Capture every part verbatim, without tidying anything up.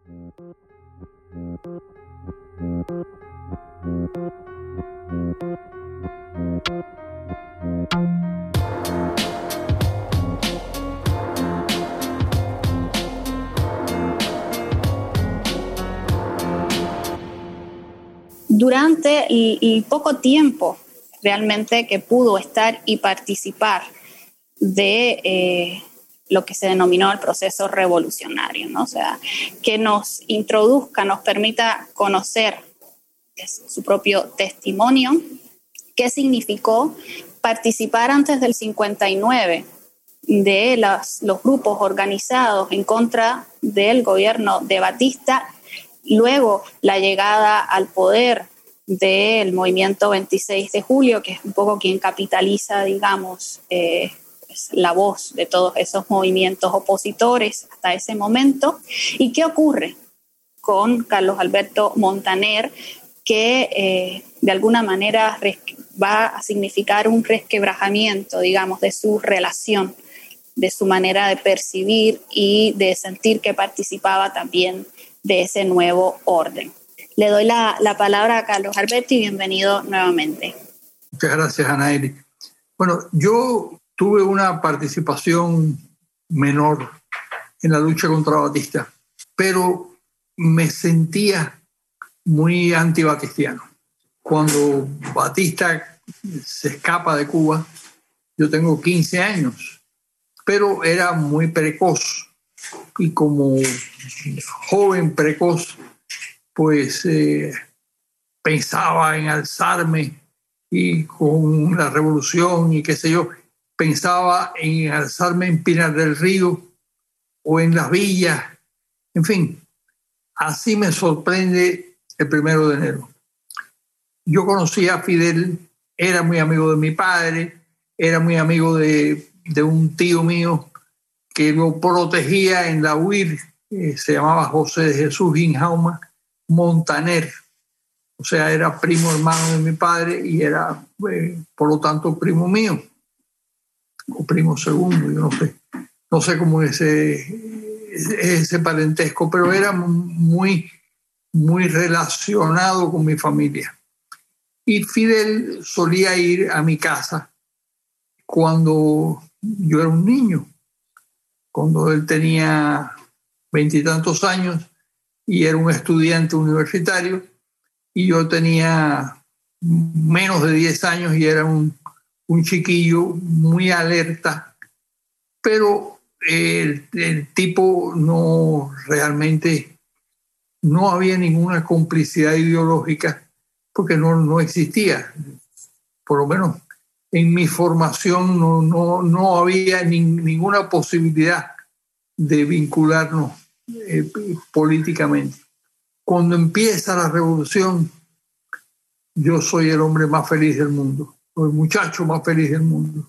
Durante el, el poco tiempo realmente que pudo estar y participar de eh, lo que se denominó el proceso revolucionario, ¿no? O sea, que nos introduzca, nos permita conocer su propio testimonio, qué significó participar antes del cincuenta y nueve de las, los grupos organizados en contra del gobierno de Batista, luego la llegada al poder del movimiento veintiséis de julio, que es un poco quien capitaliza, digamos, eh, pues, la voz de todos esos movimientos opositores hasta ese momento. ¿Y qué ocurre con Carlos Alberto Montaner, que eh, de alguna manera va a significar un resquebrajamiento, digamos, de su relación, de su manera de percibir y de sentir que participaba también de ese nuevo orden? Le doy la, la palabra a Carlos Alberto y bienvenido nuevamente. Muchas gracias, Anaeli. Bueno, yo tuve una participación menor en la lucha contra Batista, pero me sentía muy antibatistiano. Cuando Batista se escapa de Cuba, yo tengo quince años, pero era muy precoz. Y como joven precoz, pues eh, pensaba en alzarme y con la revolución y qué sé yo, pensaba en alzarme en Pinar del Río o en las villas, en fin, así me sorprende el primero de enero. Yo conocí a Fidel, era muy amigo de mi padre, era muy amigo de, de un tío mío que lo protegía en la U I R, eh, se llamaba José de Jesús Ginjauma Montaner, o sea, era primo hermano de mi padre y era, eh, por lo tanto, primo mío, o primo segundo, yo no sé, no sé cómo es ese, ese parentesco, pero era muy, muy relacionado con mi familia. Y Fidel solía ir a mi casa cuando yo era un niño, cuando él tenía veintitantos años y era un estudiante universitario, y yo tenía menos de diez años y era un, un chiquillo muy alerta, pero el, el tipo no realmente, no había ninguna complicidad ideológica porque no, no existía, por lo menos en mi formación no, no, no había ni, ninguna posibilidad de vincularnos eh, políticamente. Cuando empieza la revolución, yo soy el hombre más feliz del mundo, o el muchacho más feliz del mundo.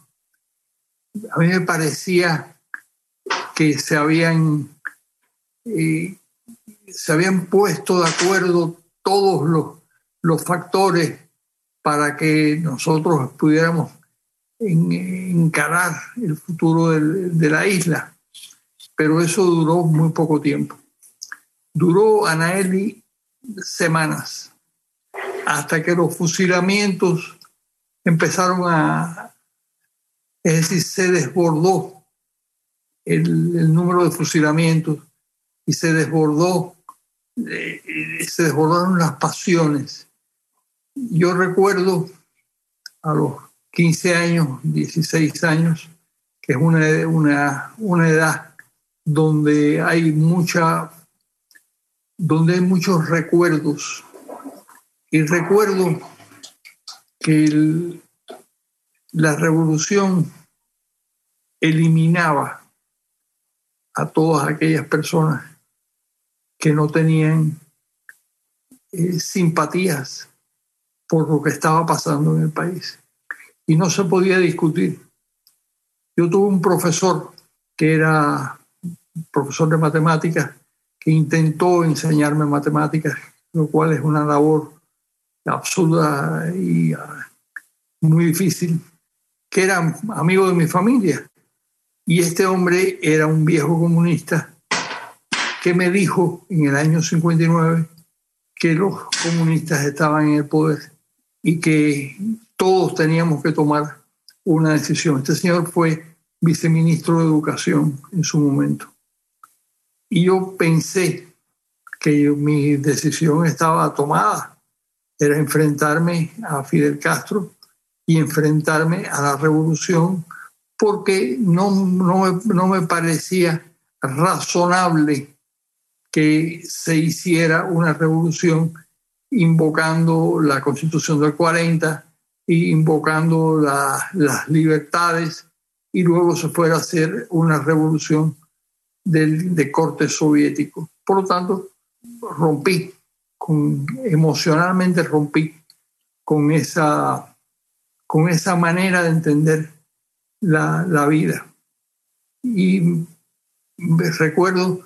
A mí me parecía que se habían, eh, se habían puesto de acuerdo todos los, los factores para que nosotros pudiéramos en, encarar el futuro del, de la isla. Pero eso duró muy poco tiempo. Duró, Anaeli, semanas, hasta que los fusilamientos empezaron a... Es decir, se desbordó el, el número de fusilamientos y se desbordó, eh, se desbordaron las pasiones. Yo recuerdo a los quince años, dieciséis años, que es una, una, una edad donde hay mucha, donde hay muchos recuerdos. Y recuerdo que el, la revolución eliminaba a todas aquellas personas que no tenían eh, simpatías por lo que estaba pasando en el país. Y no se podía discutir. Yo tuve un profesor que era profesor de matemáticas que intentó enseñarme matemáticas, lo cual es una labor absurda y uh, muy difícil, que era amigo de mi familia. Y este hombre era un viejo comunista que me dijo en el año cincuenta y nueve que los comunistas estaban en el poder y que todos teníamos que tomar una decisión. Este señor fue viceministro de Educación en su momento. Y yo pensé que yo, mi decisión estaba tomada. Era enfrentarme a Fidel Castro y enfrentarme a la revolución, porque no, no, me, no me parecía razonable que se hiciera una revolución invocando la Constitución del cuarenta e invocando la, las libertades, y luego se fuera a hacer una revolución del, de corte soviético. Por lo tanto, rompí, con, emocionalmente rompí con esa, con esa manera de entender la, la vida. Y me recuerdo,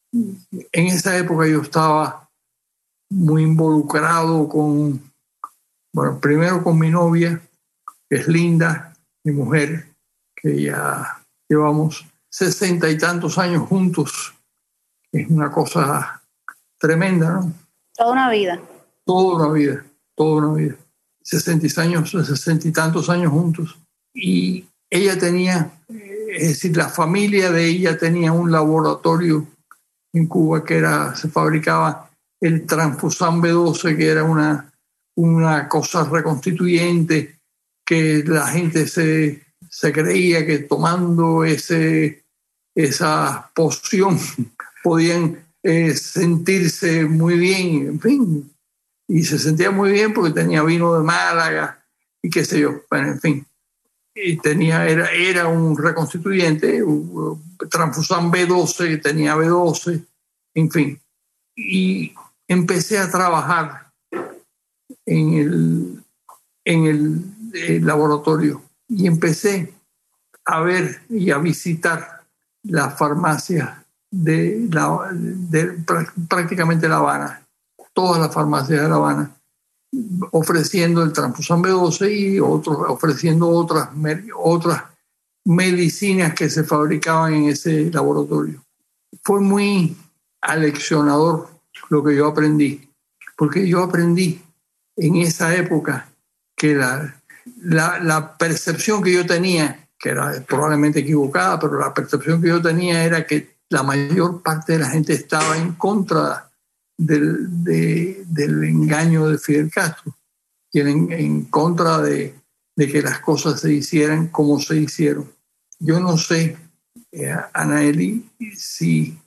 en esa época yo estaba muy involucrado con, bueno, primero con mi novia, que es Linda, mi mujer, que ya llevamos sesenta y tantos años juntos. Es una cosa tremenda, ¿no? Toda una vida. Toda una vida, toda una vida. sesenta años, sesenta y tantos años juntos. Y ella tenía, es decir, la familia de ella tenía un laboratorio en Cuba que era, se fabricaba el Transfusan B doce, que era una, una cosa reconstituyente, que la gente se, se creía que tomando ese, esa poción podían eh, sentirse muy bien, en fin. Y se sentía muy bien porque tenía vino de Málaga y qué sé yo, bueno, en fin. Y tenía, era, era un reconstituyente, un Transfusan B doce, tenía B doce, en fin. Y empecé a trabajar en el, en el, el laboratorio y empecé a ver y a visitar las farmacias de, la, de prácticamente La Habana, todas las farmacias de La Habana, ofreciendo el Transfusan B doce y otros, ofreciendo otras, otras medicinas que se fabricaban en ese laboratorio. Fue muy aleccionador lo que yo aprendí, porque yo aprendí en esa época que la, la, la percepción que yo tenía, que era probablemente equivocada, pero la percepción que yo tenía era que la mayor parte de la gente estaba en contra del, de, del engaño de Fidel Castro, y en, en contra de, de que las cosas se hicieran como se hicieron. Yo no sé, eh, Anaeli, si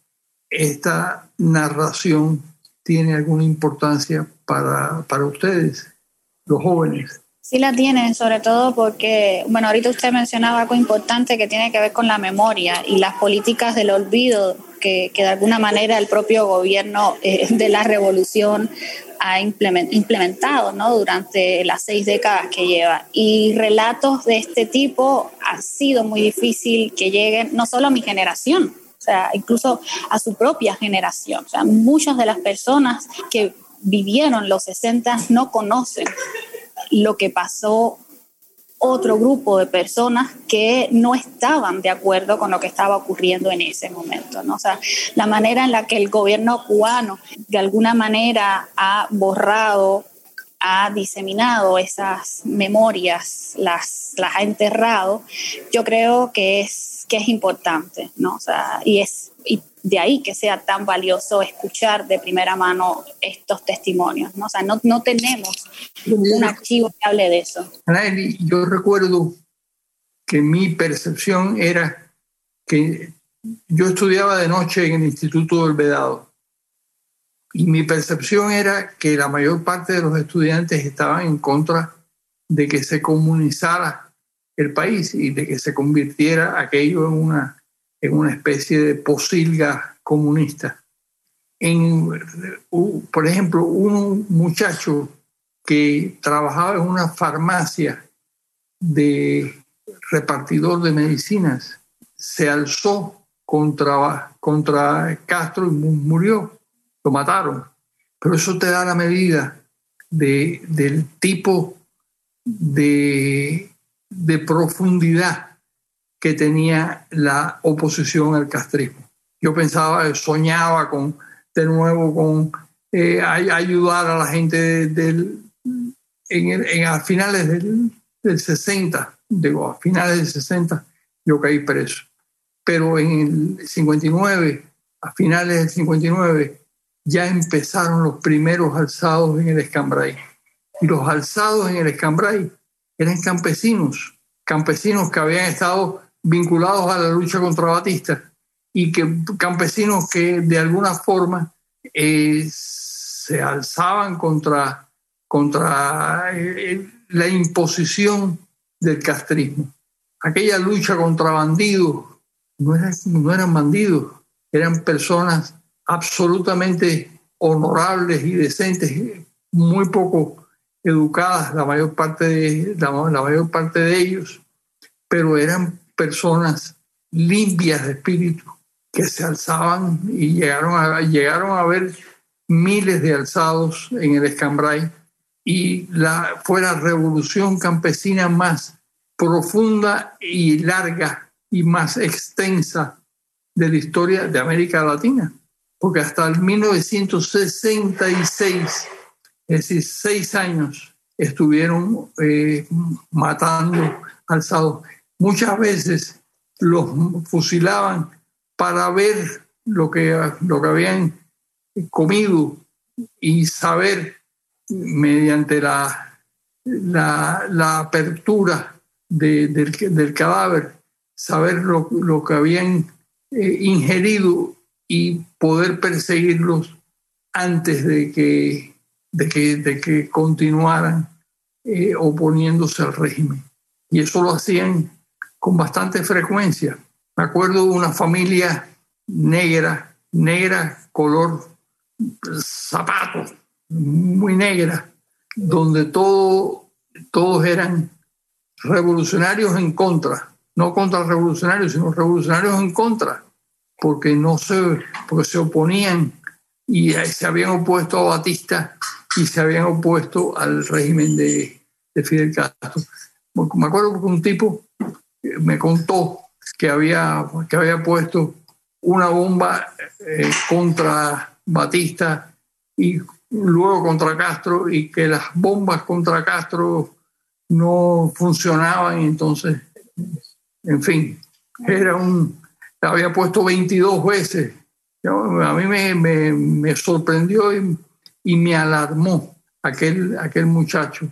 esta narración tiene alguna importancia para, para ustedes, los jóvenes. Sí la tiene, sobre todo porque, bueno, ahorita usted mencionaba algo importante que tiene que ver con la memoria y las políticas del olvido que, que de alguna manera el propio gobierno eh, de la revolución ha implementado, ¿no?, durante las seis décadas que lleva. Y relatos de este tipo ha sido muy difícil que lleguen no solo a mi generación, o sea, incluso a su propia generación. O sea, muchas de las personas que vivieron los sesenta no conocen lo que pasó otro grupo de personas que no estaban de acuerdo con lo que estaba ocurriendo en ese momento, ¿no? O sea, la manera en la que el gobierno cubano de alguna manera ha borrado, ha diseminado esas memorias, las, las ha enterrado, yo creo que es, que es importante, ¿no? O sea, y es y de ahí que sea tan valioso escuchar de primera mano estos testimonios, ¿no? O sea, no, no tenemos un archivo que hable de eso. Anaeli, yo recuerdo que mi percepción era que yo estudiaba de noche en el Instituto del Vedado y mi percepción era que la mayor parte de los estudiantes estaban en contra de que se comunizara el país y de que se convirtiera aquello en una en una especie de posilga comunista. En, por ejemplo, un muchacho que trabajaba en una farmacia de repartidor de medicinas se alzó contra, contra Castro y murió, lo mataron. Pero eso te da la medida de, del tipo de, de profundidad que tenía la oposición al castrismo. Yo pensaba, soñaba con, de nuevo con eh, ayudar a la gente del, en, el, en a finales del, del sesenta, digo, a finales del sesenta yo caí preso. Pero en el cincuenta y nueve, a finales del cincuenta y nueve, ya empezaron los primeros alzados en el Escambray. Y los alzados en el Escambray eran campesinos, campesinos que habían estado vinculados a la lucha contra Batista y que campesinos que de alguna forma eh, se alzaban contra, contra eh, la imposición del castrismo. Aquella lucha contra bandidos no eran, no eran bandidos, eran personas absolutamente honorables y decentes, muy poco educadas la mayor parte de, la, la mayor parte de ellos, pero eran personas limpias de espíritu que se alzaban y llegaron a, llegaron a ver miles de alzados en el Escambray, y la, fue la revolución campesina más profunda y larga y más extensa de la historia de América Latina, porque hasta el mil novecientos sesenta y seis, es decir, seis años, estuvieron eh, matando alzados. Muchas veces los fusilaban para ver lo que, lo que habían comido y saber, mediante la, la, la apertura de, del, del cadáver, saber lo, lo que habían eh, ingerido y poder perseguirlos antes de que, de que, de que continuaran eh, oponiéndose al régimen. Y eso lo hacían con bastante frecuencia. Me acuerdo de una familia negra, negra, color zapato, muy negra, donde todo, todos eran revolucionarios en contra, no contra revolucionarios, sino revolucionarios en contra, porque no se, porque se oponían y se habían opuesto a Batista y se habían opuesto al régimen de, de Fidel Castro. Me acuerdo porque un tipo me contó que había, que había puesto una bomba eh, contra Batista y luego contra Castro, y que las bombas contra Castro no funcionaban, y entonces, en fin, era un, había puesto veintidós veces. Yo, a mí me, me, me sorprendió y, y me alarmó aquel, aquel muchacho,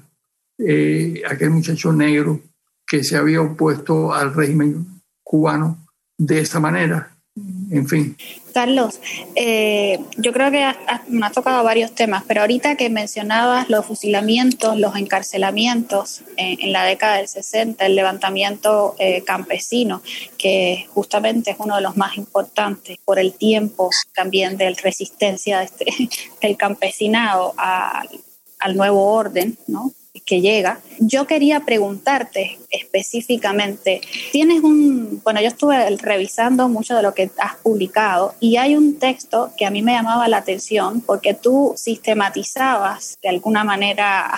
eh, aquel muchacho negro que se había opuesto al régimen cubano de esa manera. En fin. Carlos, eh, yo creo que has, has tocado varios temas, pero ahorita que mencionabas los fusilamientos, los encarcelamientos en, en la década del sesenta, el levantamiento eh, campesino, que justamente es uno de los más importantes por el tiempo también de resistencia de este, del campesinado a, al nuevo orden, ¿no?, que llega. Yo quería preguntarte específicamente, tienes un, bueno, yo estuve revisando mucho de lo que has publicado y hay un texto que a mí me llamaba la atención porque tú sistematizabas de alguna manera,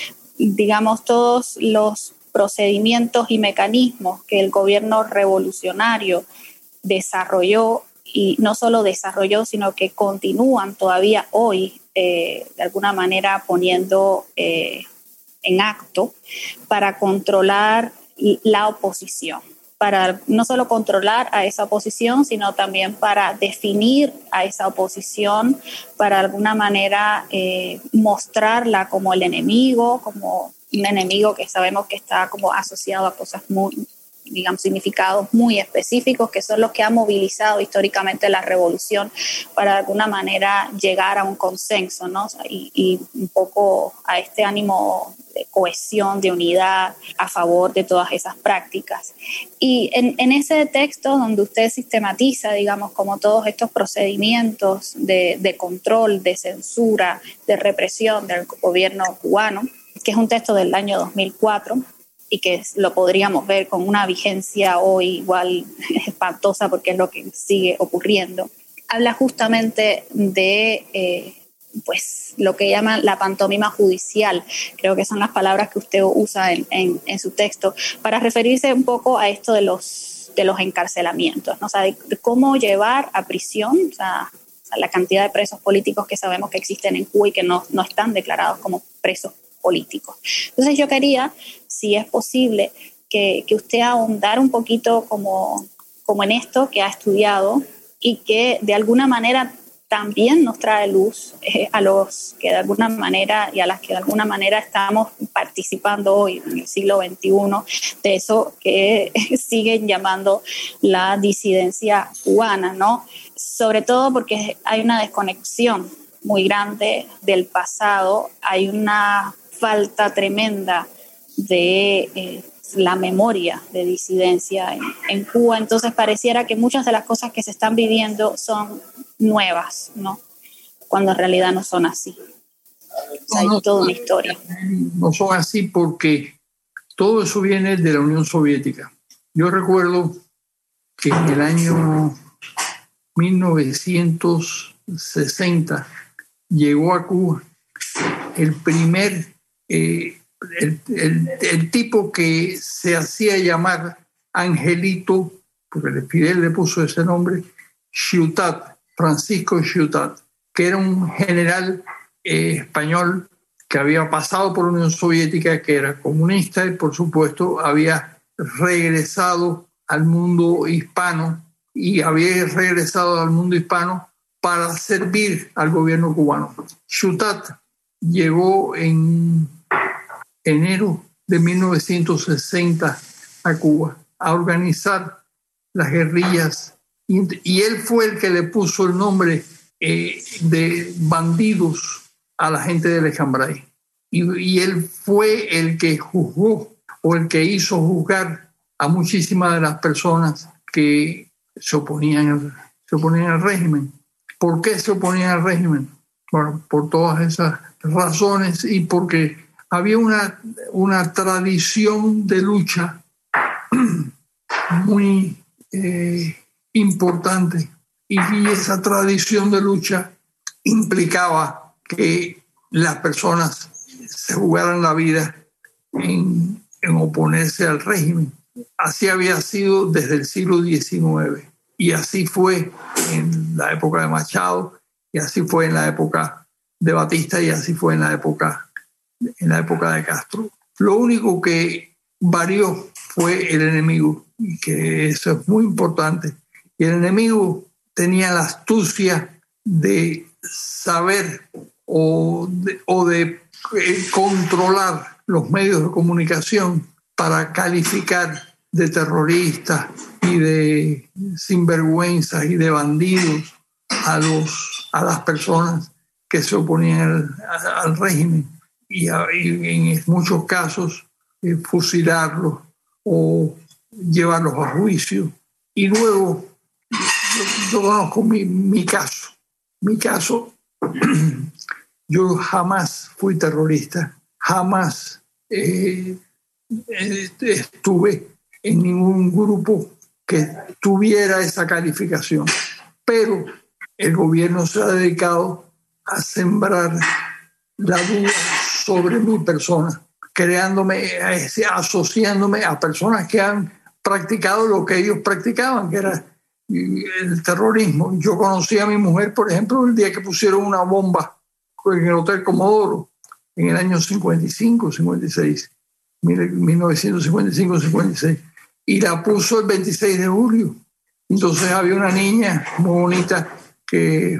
digamos, todos los procedimientos y mecanismos que el gobierno revolucionario desarrolló, y no solo desarrolló, sino que continúan todavía hoy, eh, de alguna manera poniendo eh, en acto para controlar la oposición, para no solo controlar a esa oposición, sino también para definir a esa oposición, para de alguna manera eh, mostrarla como el enemigo, como un enemigo que sabemos que está como asociado a cosas muy, digamos, significados muy específicos, que son los que han movilizado históricamente la revolución para de alguna manera llegar a un consenso, ¿no? Y, y un poco a este ánimo de cohesión, de unidad a favor de todas esas prácticas. Y en, en ese texto donde usted sistematiza, digamos, como todos estos procedimientos de, de control, de censura, de represión del gobierno cubano, que es un texto del año dos mil cuatro, y que lo podríamos ver con una vigencia hoy igual espantosa porque es lo que sigue ocurriendo, habla justamente de eh, pues, lo que llaman la pantomima judicial. Creo que son las palabras que usted usa en, en, en su texto para referirse un poco a esto de los de los encarcelamientos, ¿no? O sea, de, de cómo llevar a prisión, o sea, o sea, la cantidad de presos políticos que sabemos que existen en Cuba y que no, no están declarados como presos políticos. Entonces yo quería, si es posible, que, que usted ahondara un poquito como, como en esto que ha estudiado y que de alguna manera también nos trae luz eh, a los que de alguna manera y a las que de alguna manera estamos participando hoy en el siglo veintiuno de eso que siguen llamando la disidencia cubana, ¿no? Sobre todo porque hay una desconexión muy grande del pasado, hay una falta tremenda de eh, la memoria de disidencia en, en Cuba, entonces pareciera que muchas de las cosas que se están viviendo son nuevas, ¿no? Cuando en realidad no son así. O sea, hay no, toda una historia. No son así porque todo eso viene de la Unión Soviética. Yo recuerdo que en el año mil novecientos sesenta llegó a Cuba el primer, eh, el, el, el tipo que se hacía llamar Angelito, porque Fidel le puso ese nombre, Ciutat, Francisco Ciutat, que era un general eh, español que había pasado por la Unión Soviética, que era comunista y por supuesto había regresado al mundo hispano y había regresado al mundo hispano para servir al gobierno cubano. Ciutat llegó en enero de mil novecientos sesenta a Cuba a organizar las guerrillas y, y él fue el que le puso el nombre eh, de bandidos a la gente del Ejambray. Y, y él fue el que juzgó o el que hizo juzgar a muchísimas de las personas que se oponían, se oponían al régimen. ¿Por qué se oponían al régimen? Bueno, por todas esas razones y porque había una, una tradición de lucha muy eh, importante y, y esa tradición de lucha implicaba que las personas se jugaran la vida en, en oponerse al régimen. Así había sido desde el siglo diecinueve y así fue en la época de Machado y así fue en la época de Batista y así fue en la época, en la época de Castro. Lo único que varió fue el enemigo, y que eso es muy importante. Y el enemigo tenía la astucia de saber o de, o de eh, controlar los medios de comunicación para calificar de terroristas y de sinvergüenzas y de bandidos a, los, a las personas que se oponían al, al régimen y, a, y en muchos casos eh, fusilarlos o llevarlos a juicio. Y luego yo, yo conozco mi, mi caso. Mi caso, yo jamás fui terrorista, jamás eh, estuve en ningún grupo que tuviera esa calificación, pero el gobierno se ha dedicado a sembrar la duda sobre mi persona, creándome, asociándome a personas que han practicado lo que ellos practicaban, que era el terrorismo. Yo conocí a mi mujer, por ejemplo, el día que pusieron una bomba en el Hotel Comodoro, en el año cincuenta y cinco, cincuenta y seis, mil novecientos cincuenta y cinco, cincuenta y seis, y la puso el veintiséis de julio. Entonces había una niña muy bonita que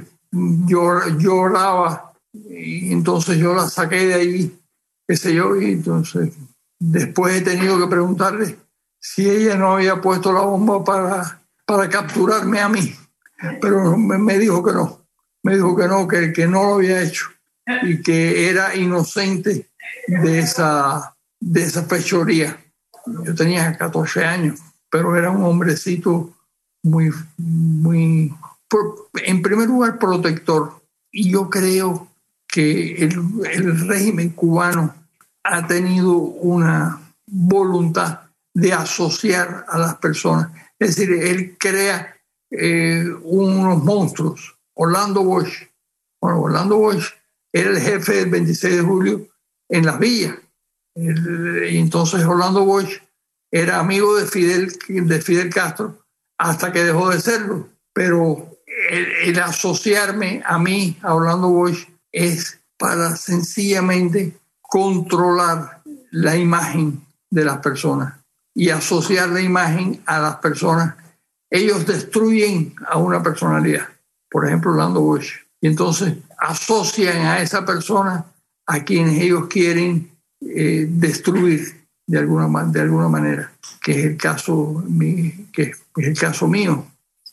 lloraba y entonces yo la saqué de ahí, qué sé yo, y entonces después he tenido que preguntarle si ella no había puesto la bomba para, para capturarme a mí, pero me, me dijo que no, me dijo que no, que, que no lo había hecho y que era inocente de esa, de esa fechoría. Yo tenía catorce años, pero era un hombrecito muy, muy, en primer lugar, protector. Y yo creo que el, el régimen cubano ha tenido una voluntad de asociar a las personas. Es decir, él crea eh, unos monstruos. Orlando Bosch, bueno, Orlando Bosch era el jefe del veintiséis de julio en las villas. El, y entonces Orlando Bosch era amigo de Fidel, de Fidel Castro hasta que dejó de serlo. Pero el, el asociarme a mí, a Orlando Bosch, es para sencillamente controlar la imagen de las personas y asociar la imagen a las personas. Ellos destruyen a una personalidad, por ejemplo, Orlando Bosch, y entonces asocian a esa persona a quienes ellos quieren eh, destruir de alguna, de alguna manera, que es el caso, que es el caso mío.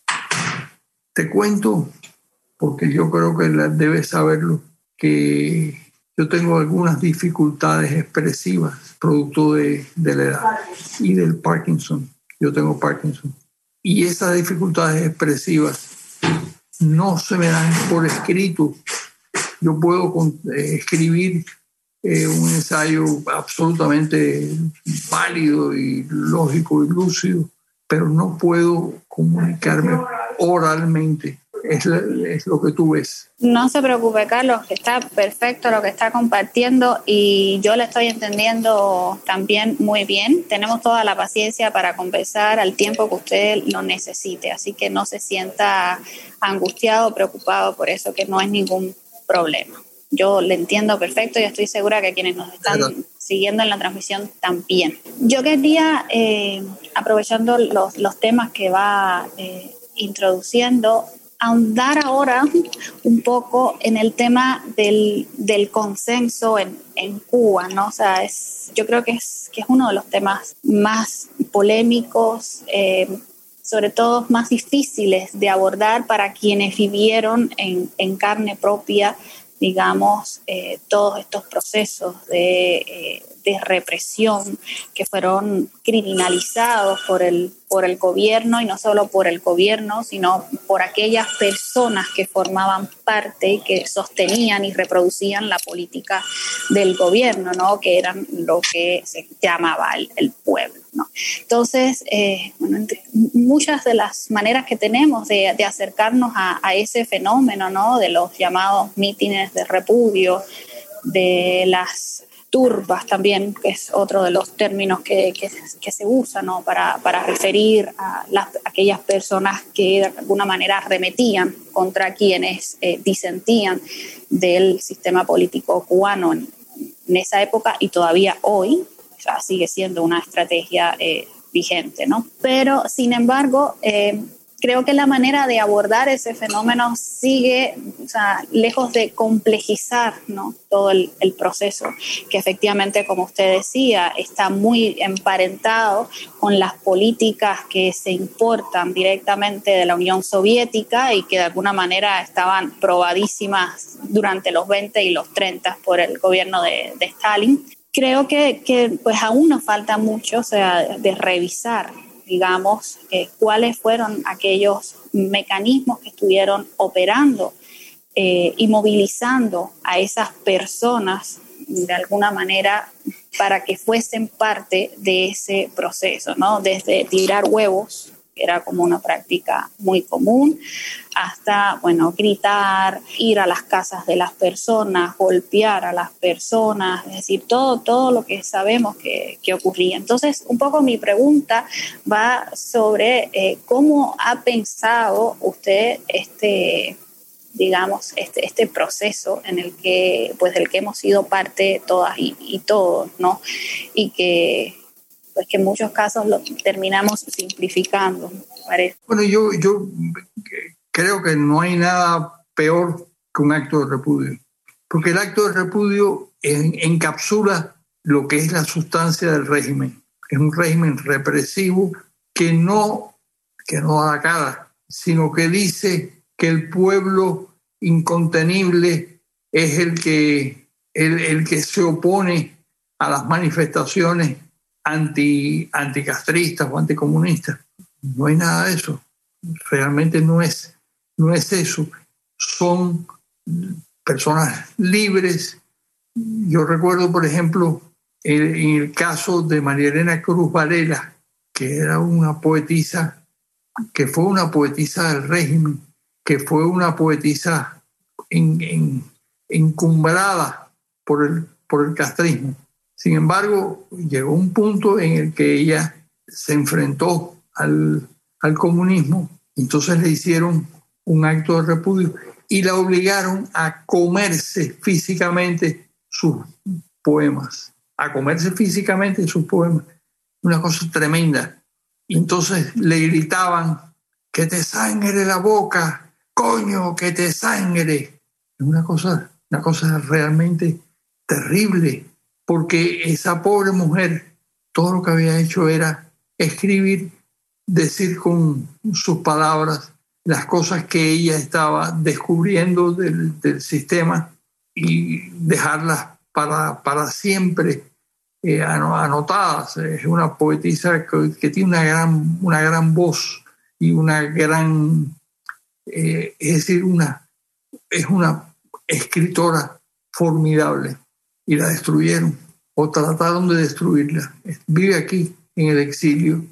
Te cuento, porque yo creo que debes saberlo, que yo tengo algunas dificultades expresivas producto de, de la edad y del Parkinson. Yo tengo Parkinson. Y esas dificultades expresivas no se me dan por escrito. Yo puedo eh, escribir eh, un ensayo absolutamente válido y lógico y lúcido, pero no puedo comunicarme oralmente. Es, es lo que tú ves. No se preocupe, Carlos, que está perfecto lo que está compartiendo y yo le estoy entendiendo también muy bien. Tenemos toda la paciencia para conversar al tiempo que usted lo necesite, así que no se sienta angustiado o preocupado por eso, que no es ningún problema. Yo le entiendo perfecto y estoy segura que quienes nos están Pero... siguiendo en la transmisión también. Yo quería, eh, aprovechando los, los temas que va eh, introduciendo, ahondar ahora un poco en el tema del, del consenso en, en Cuba, ¿no? O sea, es, yo creo que es, que es uno de los temas más polémicos, eh, sobre todo más difíciles de abordar para quienes vivieron en, en carne propia, digamos, eh, todos estos procesos de, eh, de represión que fueron criminalizados por el, por el gobierno, y no solo por el gobierno, sino por aquellas personas que formaban parte y que sostenían y reproducían la política del gobierno, ¿no? Que eran lo que se llamaba el, el pueblo, ¿no? Entonces, eh, bueno, entre muchas de las maneras que tenemos de, de acercarnos a, a ese fenómeno, ¿no? De los llamados mítines de repudio, de las turbas también, que es otro de los términos que, que, que se usa, ¿no? para, para referir a las, aquellas personas que de alguna manera arremetían contra quienes eh, disentían del sistema político cubano en, en esa época y todavía hoy. O sea, sigue siendo una estrategia eh, vigente, ¿no? Pero, sin embargo, eh, creo que la manera de abordar ese fenómeno sigue, o sea, lejos de complejizar, ¿no? todo el, el proceso, que efectivamente, como usted decía, está muy emparentado con las políticas que se importan directamente de la Unión Soviética y que de alguna manera estaban probadísimas durante los veinte y los treinta por el gobierno de, de Stalin. Creo que, que pues aún nos falta mucho, o sea, de revisar, digamos, eh, cuáles fueron aquellos mecanismos que estuvieron operando eh, y movilizando a esas personas de alguna manera para que fuesen parte de ese proceso, ¿no? Desde tirar huevos, que era como una práctica muy común, hasta, bueno, gritar, ir a las casas de las personas, golpear a las personas, es decir, todo, todo lo que sabemos que, que ocurría. Entonces, un poco mi pregunta va sobre eh, cómo ha pensado usted este, digamos, este, este proceso en el que, pues, del que hemos sido parte todas y, y todos, ¿no? Y que pues que en muchos casos lo terminamos simplificando, me parece. Bueno, yo, yo creo que no hay nada peor que un acto de repudio, porque el acto de repudio en, encapsula lo que es la sustancia del régimen. Es un régimen represivo que no, que no da cara, sino que dice que el pueblo incontenible es el que, el, el que se opone a las manifestaciones anti, anticastristas o anticomunistas. No hay nada de eso. Realmente no es, no es eso. Son personas libres. Yo recuerdo, por ejemplo, en, en el caso de María Elena Cruz Varela, que era una poetisa, que fue una poetisa del régimen, que fue una poetisa en, en, encumbrada por el, por el castrismo. Sin embargo, llegó un punto en el que ella se enfrentó al, al comunismo, entonces le hicieron un acto de repudio y la obligaron a comerse físicamente sus poemas, a comerse físicamente sus poemas, una cosa tremenda. Y entonces le gritaban, que te sangre la boca, coño, que te sangre. Una cosa, una cosa realmente terrible, porque esa pobre mujer, todo lo que había hecho era escribir, decir con sus palabras las cosas que ella estaba descubriendo del, del sistema y dejarlas para, para siempre eh, anotadas. Es una poetisa que, que tiene una gran, una gran voz y una gran, eh, es decir, una, es una escritora formidable, y la destruyeron o trataron de destruirla. Vive aquí en el exilio,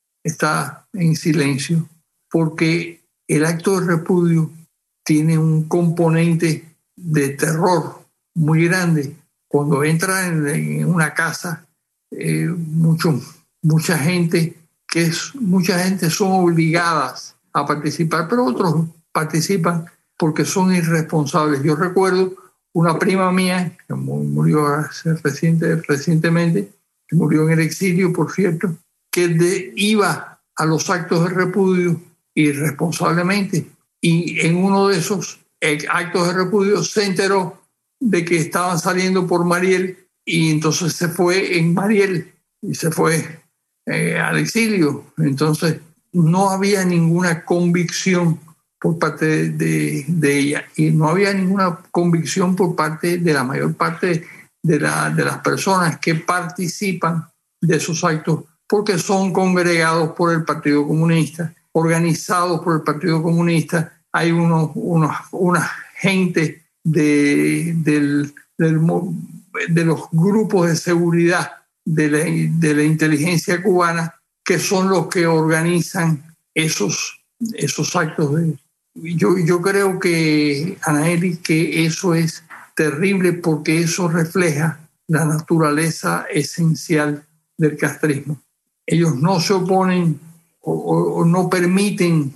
está en silencio, porque el acto de repudio tiene un componente de terror muy grande. Cuando entra en, en una casa, eh, mucho, mucha gente que es, mucha gente son obligadas a participar, pero otros participan porque son irresponsables. Yo recuerdo una prima mía que murió hace reciente, recientemente, que murió en el exilio, por cierto, que de, iba a los actos de repudio irresponsablemente, y en uno de esos actos de repudio se enteró de que estaban saliendo por Mariel, y entonces se fue en Mariel y se fue eh, al exilio. Entonces no había ninguna convicción por parte de, de, de ella, y no había ninguna convicción por parte de la mayor parte de, la, de las personas que participan de esos actos, porque son congregados por el Partido Comunista, organizados por el Partido Comunista. Hay unos, unos, una gente de, del, del, de los grupos de seguridad de la, de la inteligencia cubana, que son los que organizan esos, esos actos. De, yo, yo creo que, Anaeli, que eso es terrible, porque eso refleja la naturaleza esencial del castrismo. Ellos no se oponen o, o, o no permiten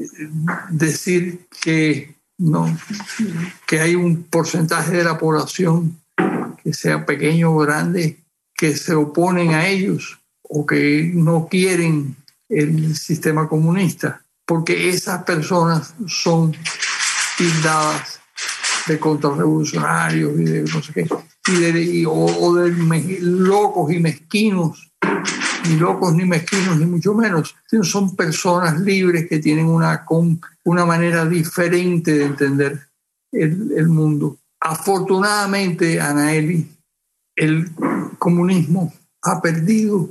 decir que, no, que hay un porcentaje de la población, que sea pequeño o grande, que se oponen a ellos o que no quieren el sistema comunista, porque esas personas son tildadas de contrarrevolucionarios y de no sé qué, y de, y, o, o de me, locos y mezquinos, ni locos ni mezquinos, ni mucho menos. Son personas libres que tienen una, una manera diferente de entender el, el mundo. Afortunadamente, Anaeli, el comunismo ha perdido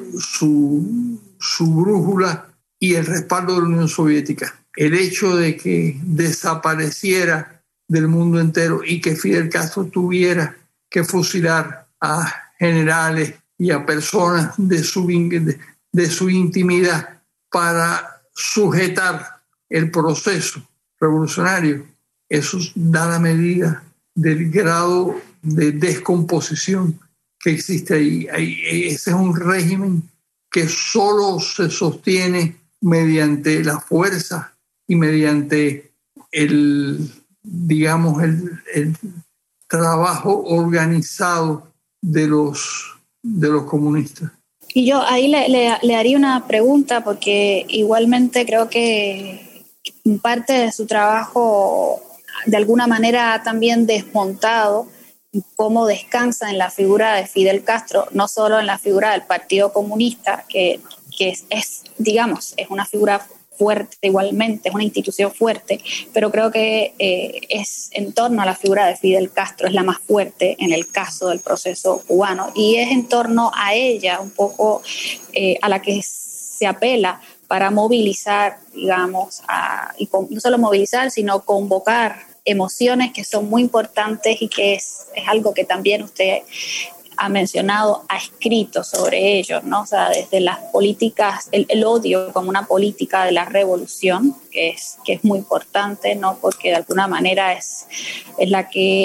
su, su brújula y el respaldo de la Unión Soviética. El hecho de que desapareciera del mundo entero y que Fidel Castro tuviera que fusilar a generales y a personas de su, de, de su intimidad para sujetar el proceso revolucionario, eso da la medida del grado de descomposición que existe ahí. ahí. Ese es un régimen que solo se sostiene mediante la fuerza y mediante el, digamos, el, el trabajo organizado de los, de los comunistas. Y yo ahí le, le, le haría una pregunta, porque igualmente creo que parte de su trabajo de alguna manera ha también desmontado cómo descansa en la figura de Fidel Castro, no solo en la figura del Partido Comunista, que, que es, es, digamos, es una figura fuerte igualmente, es una institución fuerte, pero creo que eh, es en torno a la figura de Fidel Castro, es la más fuerte en el caso del proceso cubano, y es en torno a ella un poco eh, a la que se apela para movilizar, digamos, a, y con, no solo movilizar, sino convocar emociones que son muy importantes, y que es, es algo que también usted ha mencionado, ha escrito sobre ello, ¿no? O sea, desde las políticas, el, el odio como una política de la revolución, que es, que es muy importante, ¿no? Porque de alguna manera es, es la que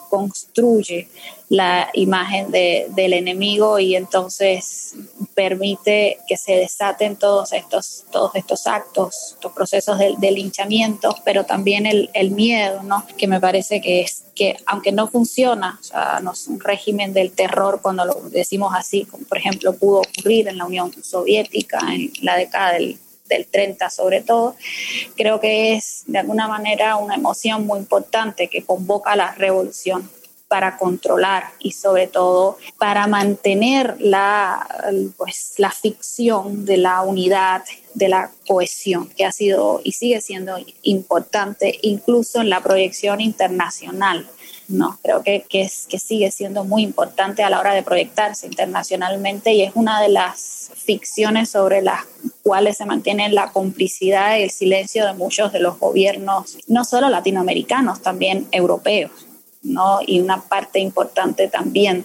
construye la imagen de, del enemigo y entonces permite que se desaten todos estos, todos estos actos, estos procesos de, de linchamiento, pero también el, el miedo, ¿no? Que me parece que es que aunque no funciona, o sea, no es un régimen del terror cuando lo decimos así, como por ejemplo pudo ocurrir en la Unión Soviética en la década del del treinta sobre todo, creo que es de alguna manera una emoción muy importante que convoca a la revolución para controlar y sobre todo para mantener la, pues, la ficción de la unidad, de la cohesión, que ha sido y sigue siendo importante incluso en la proyección internacional. No, creo que, que, es, que sigue siendo muy importante a la hora de proyectarse internacionalmente y es una de las ficciones sobre las cuales se mantiene la complicidad y el silencio de muchos de los gobiernos, no solo latinoamericanos, también europeos, ¿no? Y una parte importante también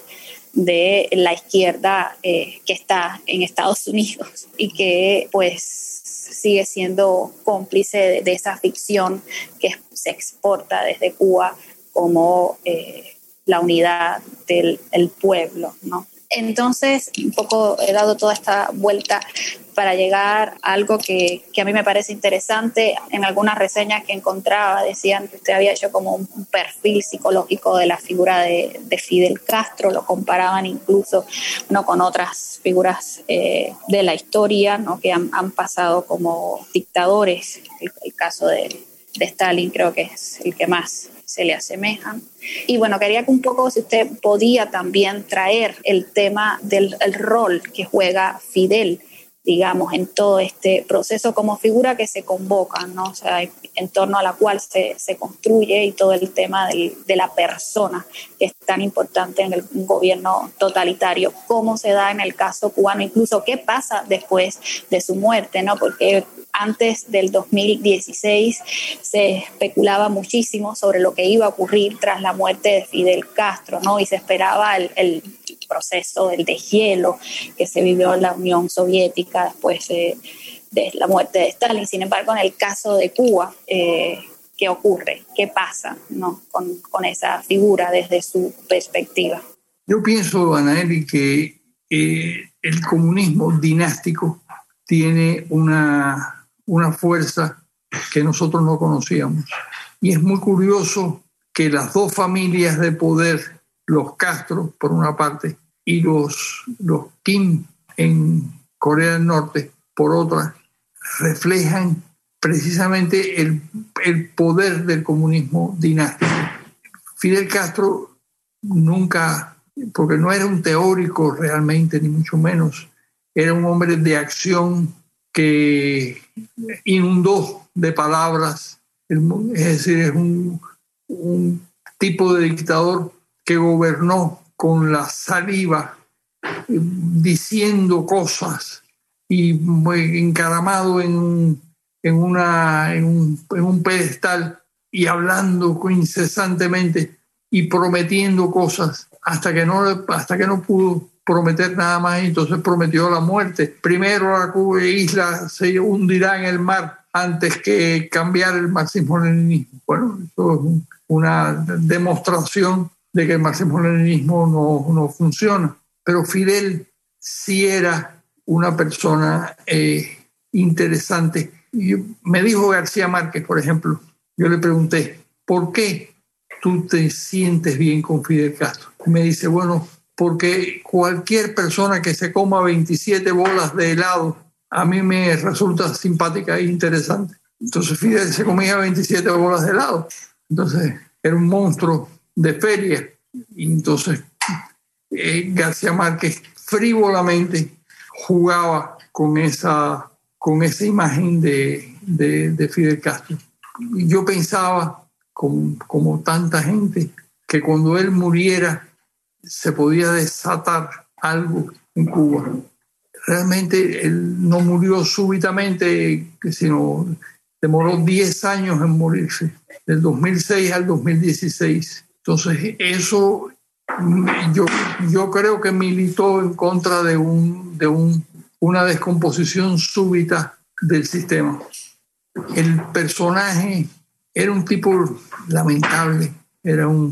de la izquierda eh, que está en Estados Unidos y que pues sigue siendo cómplice de, de esa ficción que se exporta desde Cuba como eh, la unidad del el pueblo, ¿no? Entonces, un poco he dado toda esta vuelta para llegar a algo que, que a mí me parece interesante. En algunas reseñas que encontraba decían que usted había hecho como un, un perfil psicológico de la figura de, de Fidel Castro, lo comparaban incluso, ¿no?, con otras figuras eh, de la historia, ¿no?, que han, han pasado como dictadores. El, el caso de, de Stalin creo que es el que más se le asemejan. Y bueno, quería que un poco, si usted podía también traer el tema del el rol que juega Fidel, digamos, en todo este proceso como figura que se convoca, ¿no? O sea, en torno a la cual se, se construye y todo el tema del, de la persona que es tan importante en el un gobierno totalitario, cómo se da en el caso cubano, incluso qué pasa después de su muerte, ¿no? Porque antes del dos mil dieciséis se especulaba muchísimo sobre lo que iba a ocurrir tras la muerte de Fidel Castro, ¿no? Y se esperaba el, el proceso del deshielo que se vivió en la Unión Soviética después de, de la muerte de Stalin. Sin embargo, en el caso de Cuba, eh, ¿qué ocurre? ¿Qué pasa, ¿no?, con, con esa figura desde su perspectiva? Yo pienso, Anaeli, que eh, el comunismo dinástico tiene una, una fuerza que nosotros no conocíamos. Y es muy curioso que las dos familias de poder, los Castro por una parte y los, los Kim en Corea del Norte por otra, reflejan precisamente el, el poder del comunismo dinástico. Fidel Castro nunca, porque no era un teórico realmente, ni mucho menos, era un hombre de acción que inundó de palabras, es decir, es un, un tipo de dictador que gobernó con la saliva, diciendo cosas y encaramado en, en, una, en, un, en un pedestal y hablando incesantemente y prometiendo cosas hasta que no, hasta que no pudo prometer nada más, y entonces prometió la muerte. Primero la isla se hundirá en el mar antes que cambiar el marxismo-leninismo. Bueno, eso es una demostración de que el marxismo-leninismo no, no funciona. Pero Fidel sí era una persona eh, interesante. Y me dijo García Márquez, por ejemplo, yo le pregunté, ¿por qué tú te sientes bien con Fidel Castro? Y me dice, bueno, porque cualquier persona que se coma veintisiete bolas de helado a mí me resulta simpática e interesante. Entonces Fidel se comía veintisiete bolas de helado. Entonces era un monstruo de feria. Y entonces eh, García Márquez frívolamente jugaba con esa, con esa imagen de, de, de Fidel Castro. Y yo pensaba, como, como tanta gente, que cuando él muriera se podía desatar algo en Cuba. Realmente él no murió súbitamente, sino demoró diez años en morirse, del dos mil seis al dos mil dieciséis. Entonces eso yo, yo creo que militó en contra de, un, de un, una descomposición súbita del sistema. El personaje era un tipo lamentable, era un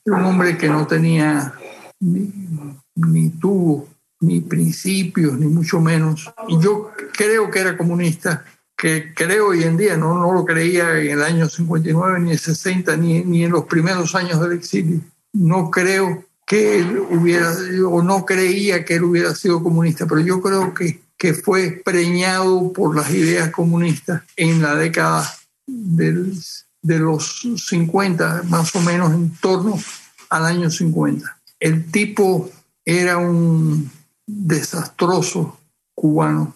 era un hombre que no tenía ni, ni tuvo ni principios, ni mucho menos. Y yo creo que era comunista, que creo hoy en día, no, no lo creía en el año cincuenta y nueve, ni en el sesenta, ni, ni en los primeros años del exilio. No creo que él hubiera, o no creía que él hubiera sido comunista, pero yo creo que, que fue preñado por las ideas comunistas en la década del, de los cincuenta, más o menos en torno al año cincuenta. El tipo era un desastroso cubano.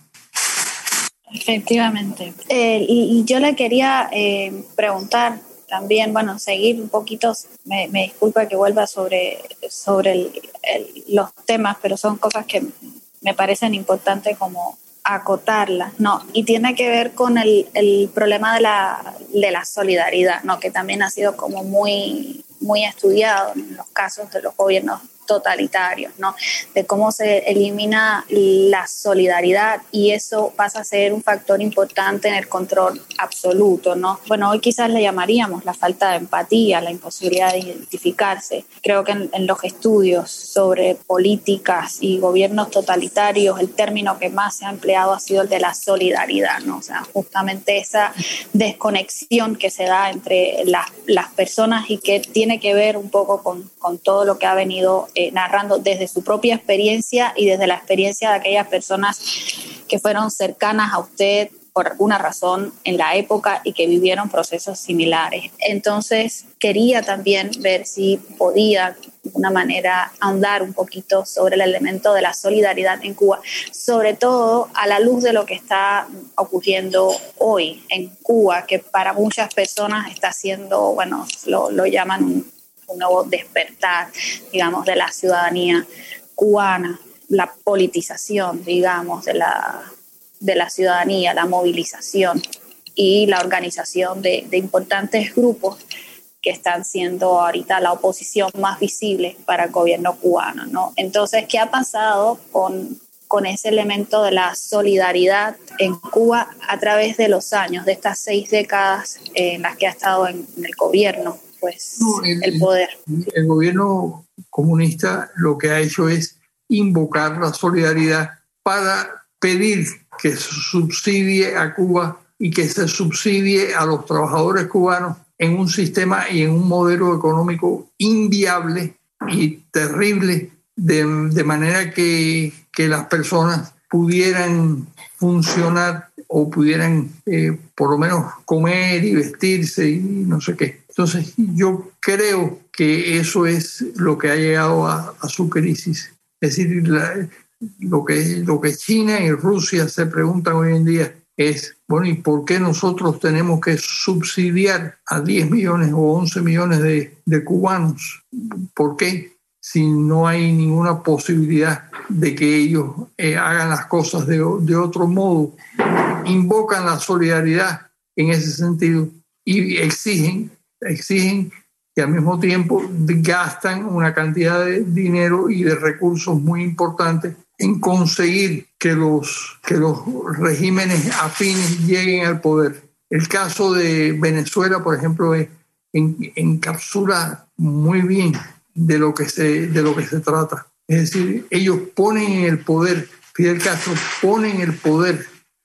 Efectivamente. Eh, y, y yo le quería eh, preguntar también, bueno, seguir un poquito, me, me disculpa que vuelva sobre, sobre el, el, los temas, pero son cosas que me parecen importantes como acotarlas, ¿no? Y tiene que ver con el, el problema de la, de la solidaridad, ¿no? Que también ha sido como muy, muy estudiado en los casos de los gobiernos totalitarios, ¿no? De cómo se elimina la solidaridad y eso pasa a ser un factor importante en el control absoluto, ¿no? Bueno, hoy quizás le llamaríamos la falta de empatía, la imposibilidad de identificarse. Creo que en, en los estudios sobre políticas y gobiernos totalitarios el término que más se ha empleado ha sido el de la solidaridad, ¿no? O sea, justamente esa desconexión que se da entre las, las personas y que tiene que ver un poco con, con todo lo que ha venido Eh, narrando desde su propia experiencia y desde la experiencia de aquellas personas que fueron cercanas a usted por alguna razón en la época y que vivieron procesos similares. Entonces quería también ver si podía de alguna manera ahondar un poquito sobre el elemento de la solidaridad en Cuba, sobre todo a la luz de lo que está ocurriendo hoy en Cuba, que para muchas personas está siendo, bueno, lo, lo llaman un un nuevo despertar, digamos, de la ciudadanía cubana, la politización, digamos, de la, de la ciudadanía, la movilización y la organización de, de importantes grupos que están siendo ahorita la oposición más visible para el gobierno cubano, ¿no? Entonces, ¿qué ha pasado con, con ese elemento de la solidaridad en Cuba a través de los años, de estas seis décadas en las que ha estado en, en el gobierno? Pues no, el, el poder. El, el gobierno comunista lo que ha hecho es invocar la solidaridad para pedir que se subsidie a Cuba y que se subsidie a los trabajadores cubanos en un sistema y en un modelo económico inviable y terrible, de, de manera que, que las personas pudieran funcionar o pudieran eh, por lo menos comer y vestirse y no sé qué. Entonces yo creo que eso es lo que ha llegado a, a su crisis. Es decir, la, lo, que, lo que China y Rusia se preguntan hoy en día es, bueno, ¿y por qué nosotros tenemos que subsidiar a diez millones o once millones de, de cubanos? ¿Por qué? Si no hay ninguna posibilidad de que ellos eh, hagan las cosas de, de otro modo. Invocan la solidaridad en ese sentido y exigen, exigen que al mismo tiempo gastan una cantidad de dinero y de recursos muy importantes en conseguir que los, que los regímenes afines lleguen al poder. El caso de Venezuela, por ejemplo, es, en, encapsula muy bien de lo que se, de lo que se trata. Es decir, ellos ponen en el poder, Fidel Castro pone en el poder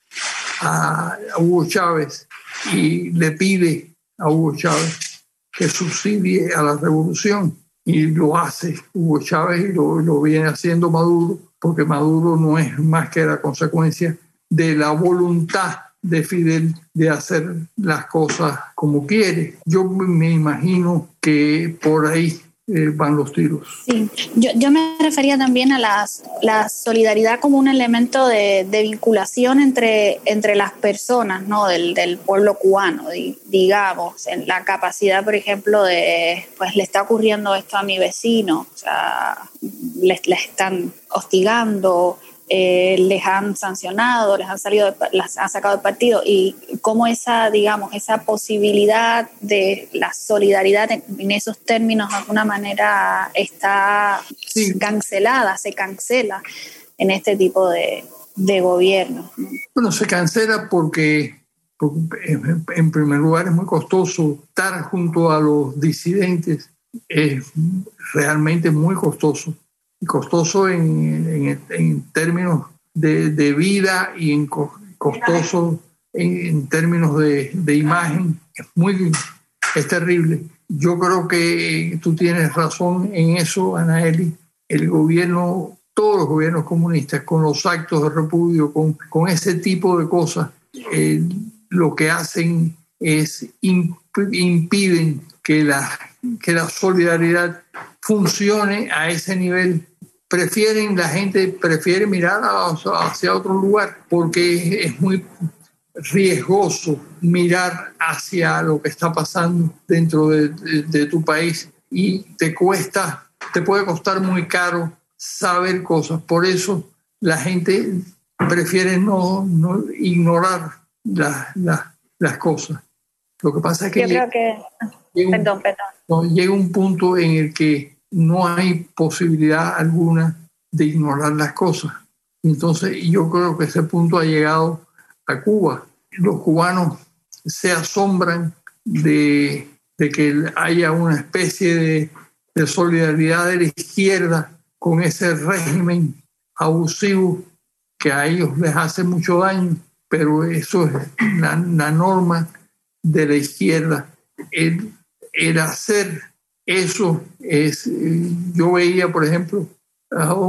a Hugo Chávez y le pide a Hugo Chávez que subsidie a la revolución y lo hace Hugo Chávez y lo, lo viene haciendo Maduro, porque Maduro no es más que la consecuencia de la voluntad de Fidel de hacer las cosas como quiere. Yo me imagino que por ahí Eh, van los tiros. Sí, yo, yo me refería también a las, la solidaridad como un elemento de, de vinculación entre, entre las personas, ¿no? del, del pueblo cubano, digamos, en la capacidad, por ejemplo, de, pues le está ocurriendo esto a mi vecino, o sea, les, les están hostigando, Eh, les han sancionado, les han salido, de, las han sacado del partido, y cómo esa, digamos, esa posibilidad de la solidaridad en, en esos términos de alguna manera está sí. cancelada, se cancela en este tipo de, de gobierno. Bueno, se cancela porque, porque en primer lugar es muy costoso estar junto a los disidentes es realmente muy costoso. Y costoso en, en, en términos de, de vida y en costoso en, en términos de, de imagen. Es muy, es terrible. Yo creo que tú tienes razón en eso, Anaeli. El gobierno, todos los gobiernos comunistas, con los actos de repudio, con, con ese tipo de cosas, eh, lo que hacen es imp- impiden que la, que la solidaridad funcione a ese nivel. Prefieren, la gente prefiere mirar hacia otro lugar porque es muy riesgoso mirar hacia lo que está pasando dentro de, de, de tu país y te cuesta, te puede costar muy caro saber cosas. Por eso la gente prefiere no, no ignorar la, la, las cosas. Lo que pasa es que, Yo creo que... llega, Perdón, un, perdón. no, llega un punto en el que no hay posibilidad alguna de ignorar las cosas. Entonces yo creo que ese punto ha llegado a Cuba. Los cubanos se asombran de, de que haya una especie de, de solidaridad de la izquierda con ese régimen abusivo que a ellos les hace mucho daño, pero eso es la, la norma de la izquierda. El, el hacer eso es... Yo veía, por ejemplo, a, a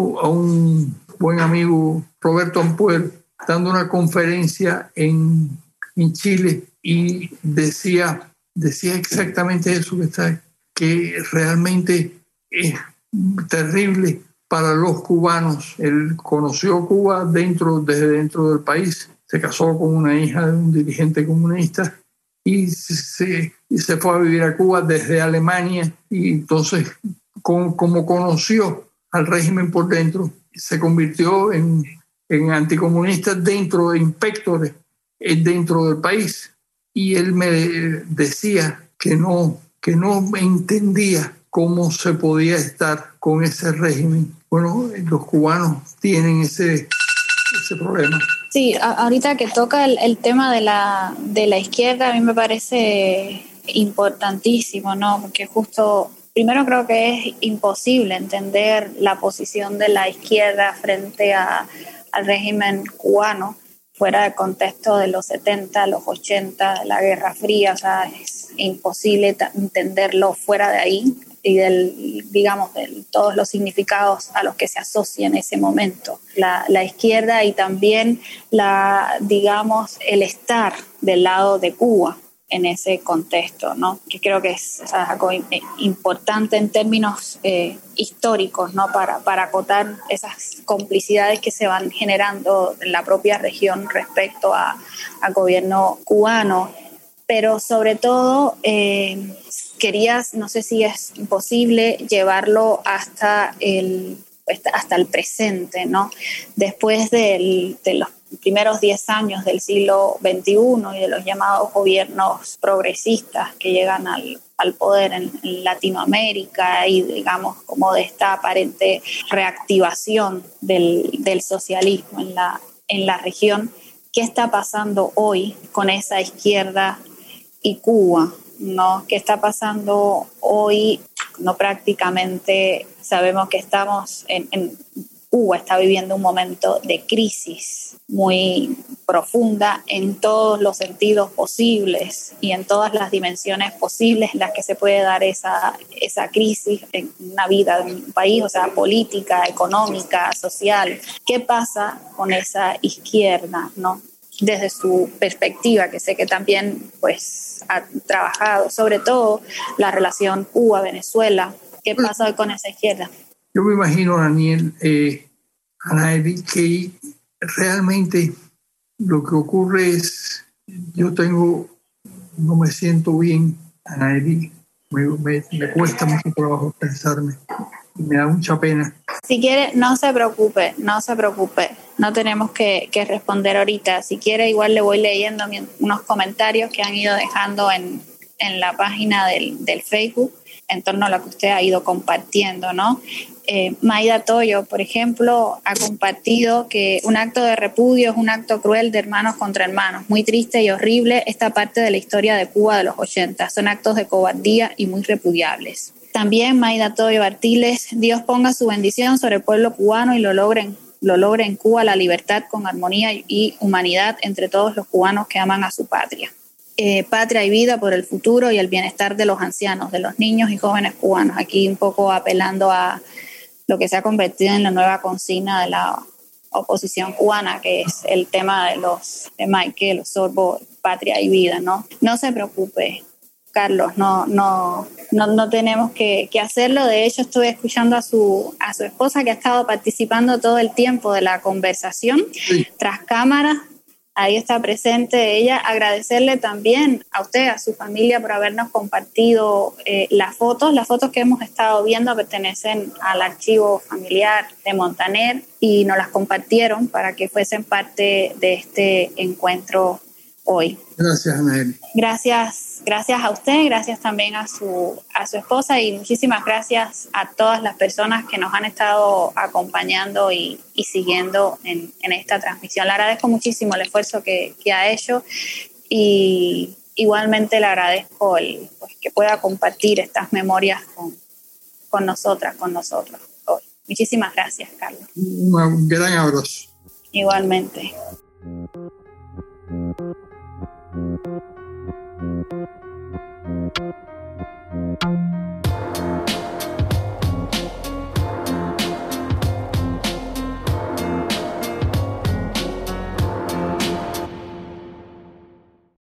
un buen amigo, Roberto Ampuero, dando una conferencia en, en Chile y decía, decía exactamente eso que está, que realmente es terrible para los cubanos. Él conoció Cuba dentro, desde dentro del país, se casó con una hija de un dirigente comunista y se, y se fue a vivir a Cuba desde Alemania y entonces con, como conoció al régimen por dentro, se convirtió en, en anticomunista dentro de inspectores dentro del país. Y él me decía que no, que no entendía cómo se podía estar con ese régimen. Bueno, los cubanos tienen ese, ese problema. Sí, a, ahorita que toca el, el tema de la, de la izquierda, a mí me parece importantísimo, ¿no? Porque justo... Primero creo que es imposible entender la posición de la izquierda frente a, al régimen cubano fuera del contexto de los setenta, los ochenta, de la Guerra Fría. O sea, es imposible t- entenderlo fuera de ahí y del, digamos, de todos los significados a los que se asocia en ese momento la, la izquierda y también la, digamos, el estar del lado de Cuba en ese contexto, ¿no? Que creo que es, o sea, algo importante en términos eh, históricos, ¿no? Para, para acotar esas complicidades que se van generando en la propia región respecto a, al gobierno cubano. Pero sobre todo, eh, querías, no sé si es posible, llevarlo hasta el, hasta el presente, ¿no? Después del, de los primeros diez años del siglo veintiuno y de los llamados gobiernos progresistas que llegan al, al poder en, en Latinoamérica y, digamos, como de esta aparente reactivación del, del socialismo en la, en la región, ¿qué está pasando hoy con esa izquierda y Cuba, ¿no? ¿Qué está pasando hoy? No, prácticamente sabemos que estamos en, en Cuba está viviendo un momento de crisis muy profunda en todos los sentidos posibles y en todas las dimensiones posibles en las que se puede dar esa, esa crisis en una vida de un país, o sea, política, económica, social. ¿Qué pasa con esa izquierda, no? Desde su perspectiva, que sé que también pues ha trabajado, sobre todo la relación Cuba-Venezuela. ¿Qué pasa hoy con esa izquierda? Yo me imagino, Daniel, eh, Anaeli, que realmente lo que ocurre es, yo tengo, no me siento bien, Anaeli, me, me, me cuesta mucho trabajo pensarme, me da mucha pena. Si quiere, no se preocupe, no se preocupe, no tenemos que, que responder ahorita. Si quiere, igual le voy leyendo unos comentarios que han ido dejando en, en la página del, del Facebook en torno a lo que usted ha ido compartiendo, ¿no? Eh, Maida Toyo, por ejemplo, ha compartido que un acto de repudio es un acto cruel de hermanos contra hermanos, muy triste y horrible esta parte de la historia de Cuba de los ochenta. Son actos de cobardía y muy repudiables. También Maida Toyo Bartiles, Dios ponga su bendición sobre el pueblo cubano y lo logren, lo logre en Cuba la libertad con armonía y humanidad entre todos los cubanos que aman a su patria. Eh, patria y vida por el futuro y el bienestar de los ancianos, de los niños y jóvenes cubanos. Aquí un poco apelando a lo que se ha convertido en la nueva consigna de la oposición cubana, que es el tema de los de Michael Osorbo, patria y vida, ¿no? No se preocupe, Carlos, no, no, no, no tenemos que, que hacerlo. De hecho, estoy escuchando a su, a su esposa, que ha estado participando todo el tiempo de la conversación, sí, tras cámaras. Ahí está presente ella. Agradecerle también a usted, a su familia, por habernos compartido eh, las fotos. Las fotos que hemos estado viendo pertenecen al archivo familiar de Montaner y nos las compartieron para que fuesen parte de este encuentro hoy. Gracias, Anaeli. Gracias, gracias a usted, gracias también a su, a su esposa y muchísimas gracias a todas las personas que nos han estado acompañando y, y siguiendo en, en esta transmisión. Le agradezco muchísimo el esfuerzo que, que ha hecho y igualmente le agradezco el, pues, que pueda compartir estas memorias con, con nosotras, con nosotros hoy. Muchísimas gracias, Carlos. Un gran abrazo. Igualmente. Thank you.